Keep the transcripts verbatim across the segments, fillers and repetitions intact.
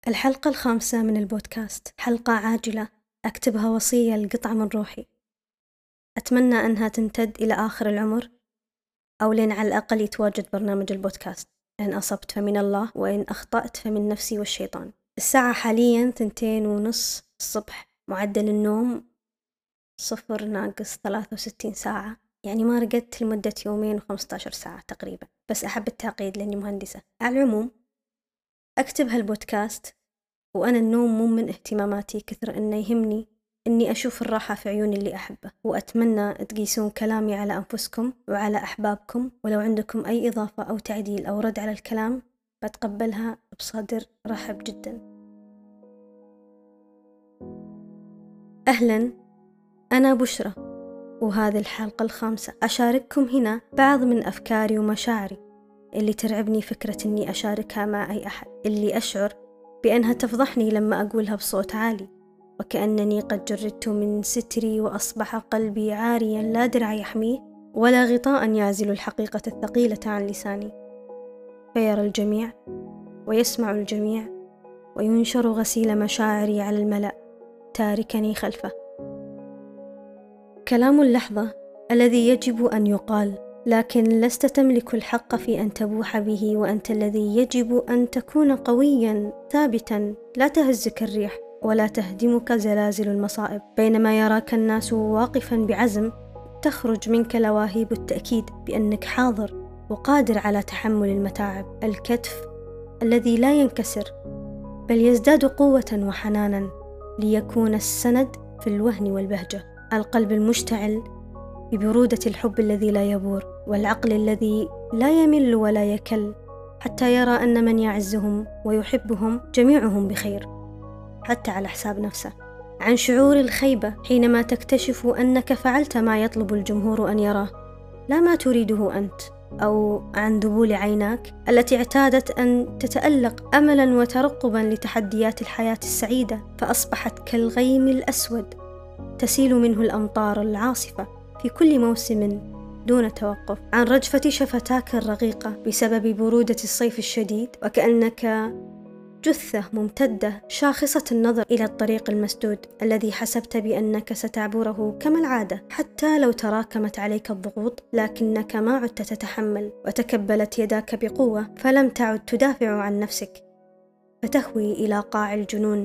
الحلقة الخامسة من البودكاست، حلقة عاجلة أكتبها وصية لقطعة من روحي، أتمنى أنها تمتد إلى آخر العمر أو لين على الأقل يتواجد برنامج البودكاست. إن أصبت فمن الله، وإن أخطأت فمن نفسي والشيطان. الساعة حالياً ثنتين ونص الصبح، معدل النوم صفر ناقص ثلاثة وستين ساعة، يعني ما رقدت لمدة يومين وخمسة عشر ساعة تقريباً، بس أحب التعقيد لأني مهندسة. على العموم أكتب هالبودكاست وأنا النوم مو من اهتماماتي كثر إنه يهمني إني أشوف الراحة في عيون اللي أحبه، وأتمنى تقيسون كلامي على أنفسكم وعلى أحبابكم، ولو عندكم أي إضافة أو تعديل أو رد على الكلام بتقبلها بصدر رحب جدا. أهلا، أنا بشرى، وهذه الحلقة الخامسة. أشارككم هنا بعض من أفكاري ومشاعري اللي ترعبني فكرة إني أشاركها مع أي أحد، اللي أشعر بأنها تفضحني لما أقولها بصوت عالي، وكأنني قد جردت من ستري وأصبح قلبي عاريا لا درع يحميه ولا غطاء يعزل الحقيقة الثقيلة عن لساني، فيرى الجميع ويسمع الجميع وينشر غسيل مشاعري على الملأ تاركني خلفه. كلام اللحظة الذي يجب أن يقال، لكن لست تملك الحق في أن تبوح به، وأنت الذي يجب أن تكون قويا ثابتا، لا تهزك الريح ولا تهدمك زلازل المصائب. بينما يراك الناس واقفا بعزم، تخرج منك لواهيب التأكيد بأنك حاضر وقادر على تحمل المتاعب. الكتف الذي لا ينكسر بل يزداد قوة وحنانا ليكون السند في الوهن والبهجة. القلب المشتعل ببرودة الحب الذي لا يبور، والعقل الذي لا يمل ولا يكل حتى يرى أن من يعزهم ويحبهم جميعهم بخير، حتى على حساب نفسه. عن شعور الخيبة حينما تكتشف أنك فعلت ما يطلب الجمهور أن يراه، لا ما تريده أنت، أو عن ذبول عيناك التي اعتادت أن تتألق أملا وترقبا لتحديات الحياة السعيدة، فأصبحت كالغيم الأسود تسيل منه الأمطار العاصفة في كل موسم دون توقف. عن رجفة شفتاك الرقيقة بسبب برودة الصيف الشديد، وكأنك جثة ممتدة شاخصة النظر إلى الطريق المسدود الذي حسبت بأنك ستعبره كما العادة، حتى لو تراكمت عليك الضغوط، لكنك ما عدت تتحمل، وتكبلت يداك بقوة فلم تعد تدافع عن نفسك، فتهوي إلى قاع الجنون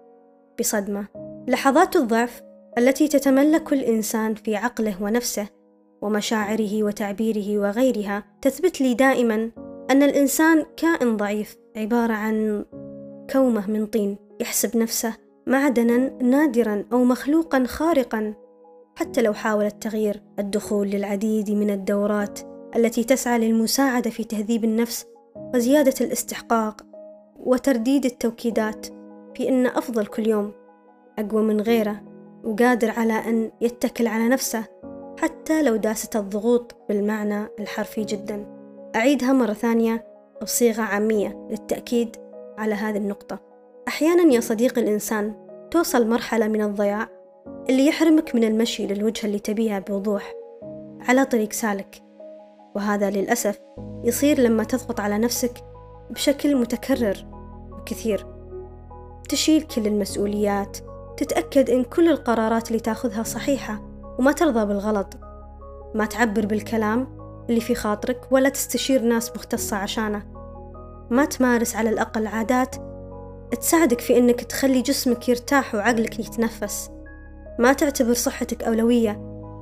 بصدمة. لحظات الضعف التي تتملك الإنسان في عقله ونفسه ومشاعره وتعبيره وغيرها تثبت لي دائما أن الإنسان كائن ضعيف، عبارة عن كومة من طين يحسب نفسه معدنا نادرا أو مخلوقا خارقا، حتى لو حاول التغيير. الدخول للعديد من الدورات التي تسعى للمساعدة في تهذيب النفس وزيادة الاستحقاق، وترديد التوكيدات في أن أفضل كل يوم، أقوى من غيره، وقادر على أن يتكل على نفسه حتى لو داست الضغوط بالمعنى الحرفي جدا. أعيدها مرة ثانية بصيغة عامية للتأكيد على هذه النقطة. أحيانا يا صديق الإنسان توصل مرحلة من الضياع اللي يحرمك من المشي للوجهة اللي تبيها بوضوح على طريق سالك، وهذا للأسف يصير لما تضغط على نفسك بشكل متكرر وكثير، تشيل كل المسؤوليات، تتأكد إن كل القرارات اللي تاخذها صحيحة، وما ترضى بالغلط، ما تعبر بالكلام اللي في خاطرك ولا تستشير ناس مختصة عشانه، ما تمارس على الأقل عادات تساعدك في إنك تخلي جسمك يرتاح وعقلك يتنفس، ما تعتبر صحتك أولوية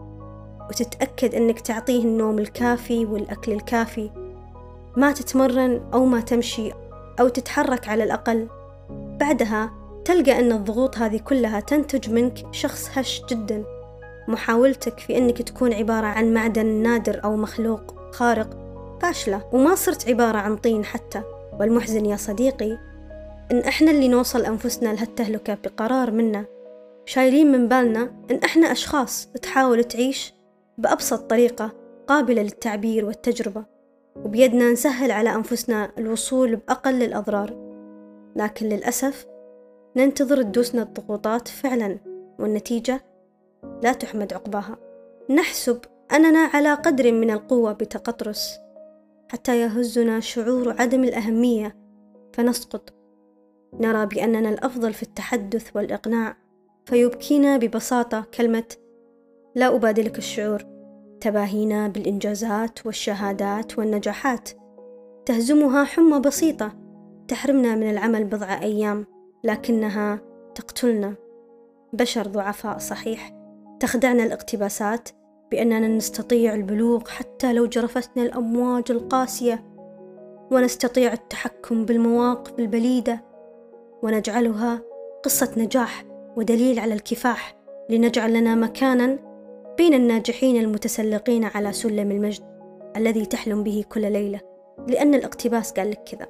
وتتأكد إنك تعطيه النوم الكافي والأكل الكافي، ما تتمرن أو ما تمشي أو تتحرك على الأقل. بعدها تلقى أن الضغوط هذه كلها تنتج منك شخص هش جدا. محاولتك في أنك تكون عبارة عن معدن نادر أو مخلوق خارق فاشلة، وما صرت عبارة عن طين حتى. والمحزن يا صديقي إن إحنا اللي نوصل أنفسنا لهالتهلكة بقرار منا، شايلين من بالنا إن إحنا أشخاص تحاول تعيش بأبسط طريقة قابلة للتعبير والتجربة، وبيدنا نسهل على أنفسنا الوصول بأقل الأضرار، لكن للأسف ننتظر تدوسنا الضغوطات فعلا، والنتيجة لا تحمد عقباها. نحسب أننا على قدر من القوة بتقطرس حتى يهزنا شعور عدم الأهمية، فنسقط نرى بأننا الأفضل في التحدث والإقناع، فيبكينا ببساطة كلمة لا أبادلك الشعور. تباهينا بالإنجازات والشهادات والنجاحات تهزمها حمى بسيطة تحرمنا من العمل بضع أيام، لكنها تقتلنا. بشر ضعفاء صحيح، تخدعنا الاقتباسات بأننا نستطيع البلوغ حتى لو جرفتنا الأمواج القاسية، ونستطيع التحكم بالمواقف البليدة ونجعلها قصة نجاح ودليل على الكفاح، لنجعل لنا مكانا بين الناجحين المتسلقين على سلم المجد الذي تحلم به كل ليلة. لأن الاقتباس قال لك كذا: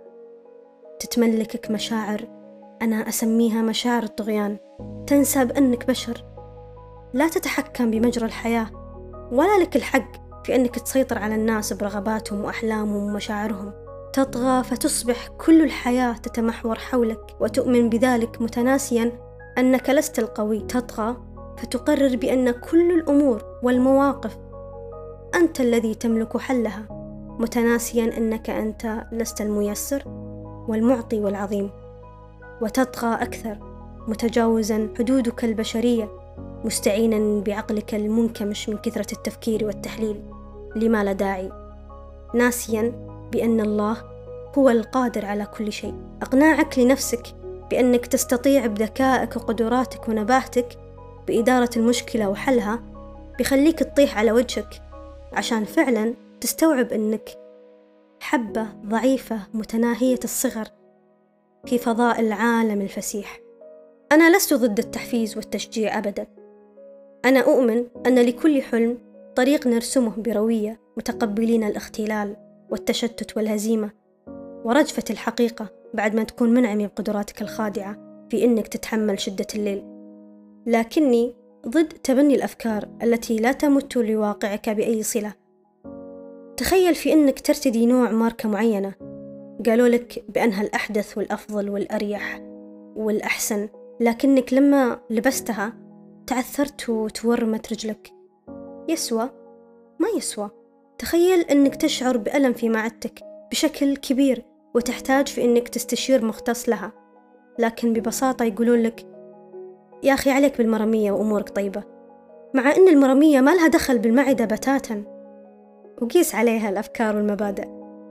تتملكك مشاعر أنا أسميها مشاعر الطغيان، تنسى بأنك بشر، لا تتحكم بمجرى الحياة، ولا لك الحق في أنك تسيطر على الناس برغباتهم وأحلامهم ومشاعرهم. تطغى فتصبح كل الحياة تتمحور حولك وتؤمن بذلك، متناسيا أنك لست القوي. تطغى فتقرر بأن كل الأمور والمواقف أنت الذي تملك حلها، متناسيا أنك أنت لست الميسر والمعطي والعظيم. وتطغى أكثر، متجاوزا حدودك البشرية، مستعينا بعقلك المنكمش من كثرة التفكير والتحليل لما لا داعي، ناسيا بأن الله هو القادر على كل شيء. أقناعك لنفسك بأنك تستطيع بذكائك وقدراتك ونباهتك بإدارة المشكلة وحلها بيخليك تطيح على وجهك، عشان فعلا تستوعب أنك حبة ضعيفة متناهية الصغر في فضاء العالم الفسيح. أنا لست ضد التحفيز والتشجيع أبدا، أنا أؤمن أن لكل حلم طريق نرسمه بروية، متقبلين الاختلال والتشتت والهزيمة ورجفة الحقيقة بعد ما تكون منعمي بقدراتك الخادعة في أنك تتحمل شدة الليل. لكني ضد تبني الأفكار التي لا تمت لواقعك بأي صلة. تخيل في أنك ترتدي نوع ماركة معينة قالوا لك بأنها الأحدث والأفضل والأريح والأحسن، لكنك لما لبستها تعثرت وتورمت رجلك. يسوى؟ ما يسوى. تخيل أنك تشعر بألم في معدتك بشكل كبير وتحتاج في أنك تستشير مختص لها، لكن ببساطة يقولون لك يا أخي عليك بالمرمية وأمورك طيبة، مع أن المرمية ما لها دخل بالمعدة بتاتا. وقيس عليها الأفكار والمبادئ.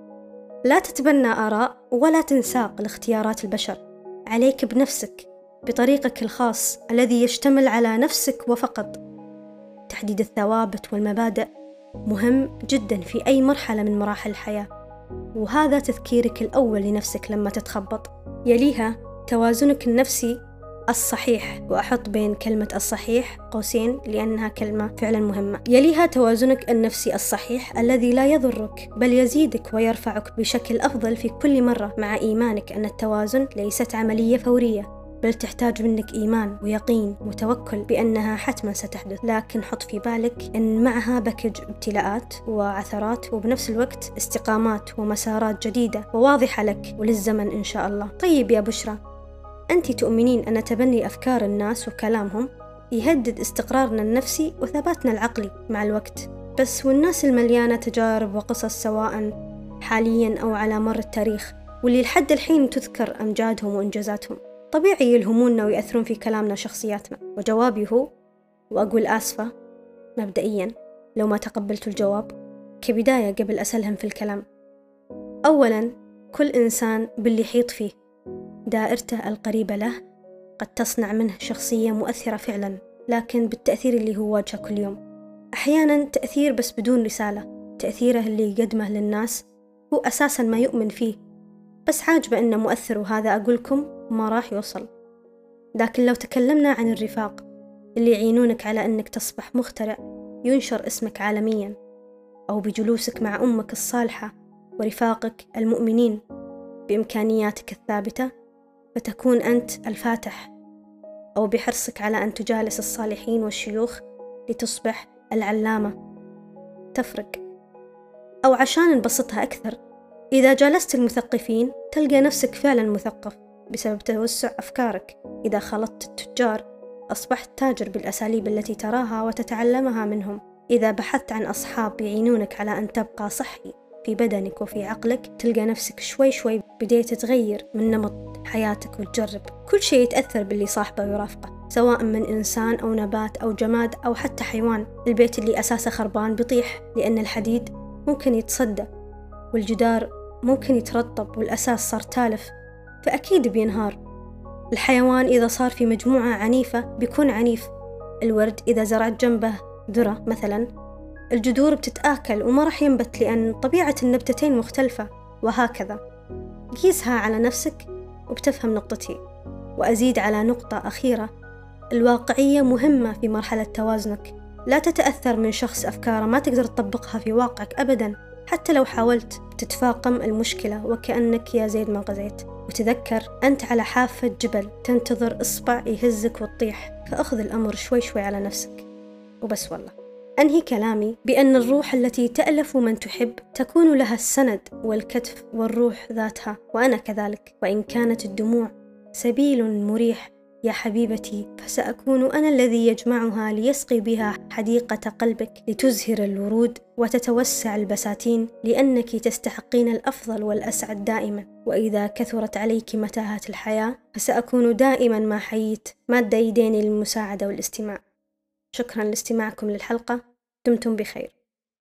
لا تتبنى آراء ولا تنساق لاختيارات البشر، عليك بنفسك بطريقك الخاص الذي يشتمل على نفسك وفقط. تحديد الثوابت والمبادئ مهم جدا في أي مرحلة من مراحل الحياة، وهذا تذكيرك الأول لنفسك لما تتخبط. يليها توازنك النفسي الصحيح، وأحط بين كلمة الصحيح قوسين لأنها كلمة فعلا مهمة. يليها توازنك النفسي الصحيح الذي لا يضرك بل يزيدك ويرفعك بشكل أفضل في كل مرة، مع إيمانك أن التوازن ليست عملية فورية، بل تحتاج منك إيمان ويقين وتوكل بأنها حتما ستحدث. لكن حط في بالك أن معها بكج ابتلاءات وعثرات، وبنفس الوقت استقامات ومسارات جديدة وواضحة لك وللزمن إن شاء الله. طيب يا بشرى، أنت تؤمنين أن تبني أفكار الناس وكلامهم يهدد استقرارنا النفسي وثباتنا العقلي مع الوقت، بس والناس المليانة تجارب وقصص سواء حاليا أو على مر التاريخ، واللي لحد الحين تذكر أمجادهم وإنجازاتهم، طبيعي يلهموننا ويأثرون في كلامنا وشخصياتنا. وجوابي هو، وأقول آسفة مبدئيا لو ما تقبلت الجواب كبداية قبل أسلهم في الكلام. أولا، كل إنسان باللي يحيط فيه دائرته القريبة له قد تصنع منه شخصية مؤثرة فعلا، لكن بالتأثير اللي هو واجهه كل يوم. أحيانا تأثير بس بدون رسالة، تأثيره اللي يقدمه للناس هو أساسا ما يؤمن فيه، بس عاجبه إنه مؤثر، وهذا أقولكم ما راح يوصل. لكن لو تكلمنا عن الرفاق اللي يعينونك على أنك تصبح مخترع ينشر اسمك عالميا، أو بجلوسك مع أمك الصالحة ورفاقك المؤمنين بإمكانياتك الثابتة فتكون أنت الفاتح، أو بحرصك على أن تجالس الصالحين والشيوخ لتصبح العلامة، تفرق. أو عشان نبسطها أكثر، إذا جالست المثقفين تلقى نفسك فعلا مثقف بسبب توسع أفكارك. إذا خلطت التجار أصبحت تاجر بالأساليب التي تراها وتتعلمها منهم. إذا بحثت عن أصحاب يعينونك على أن تبقى صحي في بدنك وفي عقلك، تلقى نفسك شوي شوي بديت تغير من نمط حياتك وتجرب. كل شيء يتأثر باللي صاحبه ويرافقه، سواء من إنسان أو نبات أو جماد أو حتى حيوان. البيت اللي أساسه خربان بيطيح لأن الحديد ممكن يتصدى، والجدار ممكن يترطب، والأساس صار تالف فأكيد بينهار. الحيوان إذا صار في مجموعة عنيفة بيكون عنيف. الورد إذا زرعت جنبه ذرة مثلا، الجذور بتتآكل وما راح ينبت لأن طبيعة النبتتين مختلفة، وهكذا. قيسها على نفسك وبتفهم نقطتي. وأزيد على نقطة أخيرة، الواقعية مهمة في مرحلة توازنك. لا تتأثر من شخص أفكاره ما تقدر تطبقها في واقعك أبدا، حتى لو حاولت. تتفاقم المشكلة وكأنك يا زيد ما غزيت. وتذكر أنت على حافة جبل تنتظر إصبع يهزك وتطيح، فأخذ الأمر شوي شوي على نفسك وبس. والله أنهي كلامي بأن الروح التي تألف من تحب تكون لها السند والكتف والروح ذاتها، وأنا كذلك. وإن كانت الدموع سبيل مريح يا حبيبتي، فسأكون أنا الذي يجمعها ليسقي بها حديقة قلبك، لتزهر الورود وتتوسع البساتين، لأنك تستحقين الأفضل والأسعد دائما. وإذا كثرت عليك متاهات الحياة فسأكون دائما ما حييت مادة يديني للمساعدة والاستماع. شكرا لاستماعكم للحلقة، دمتم بخير.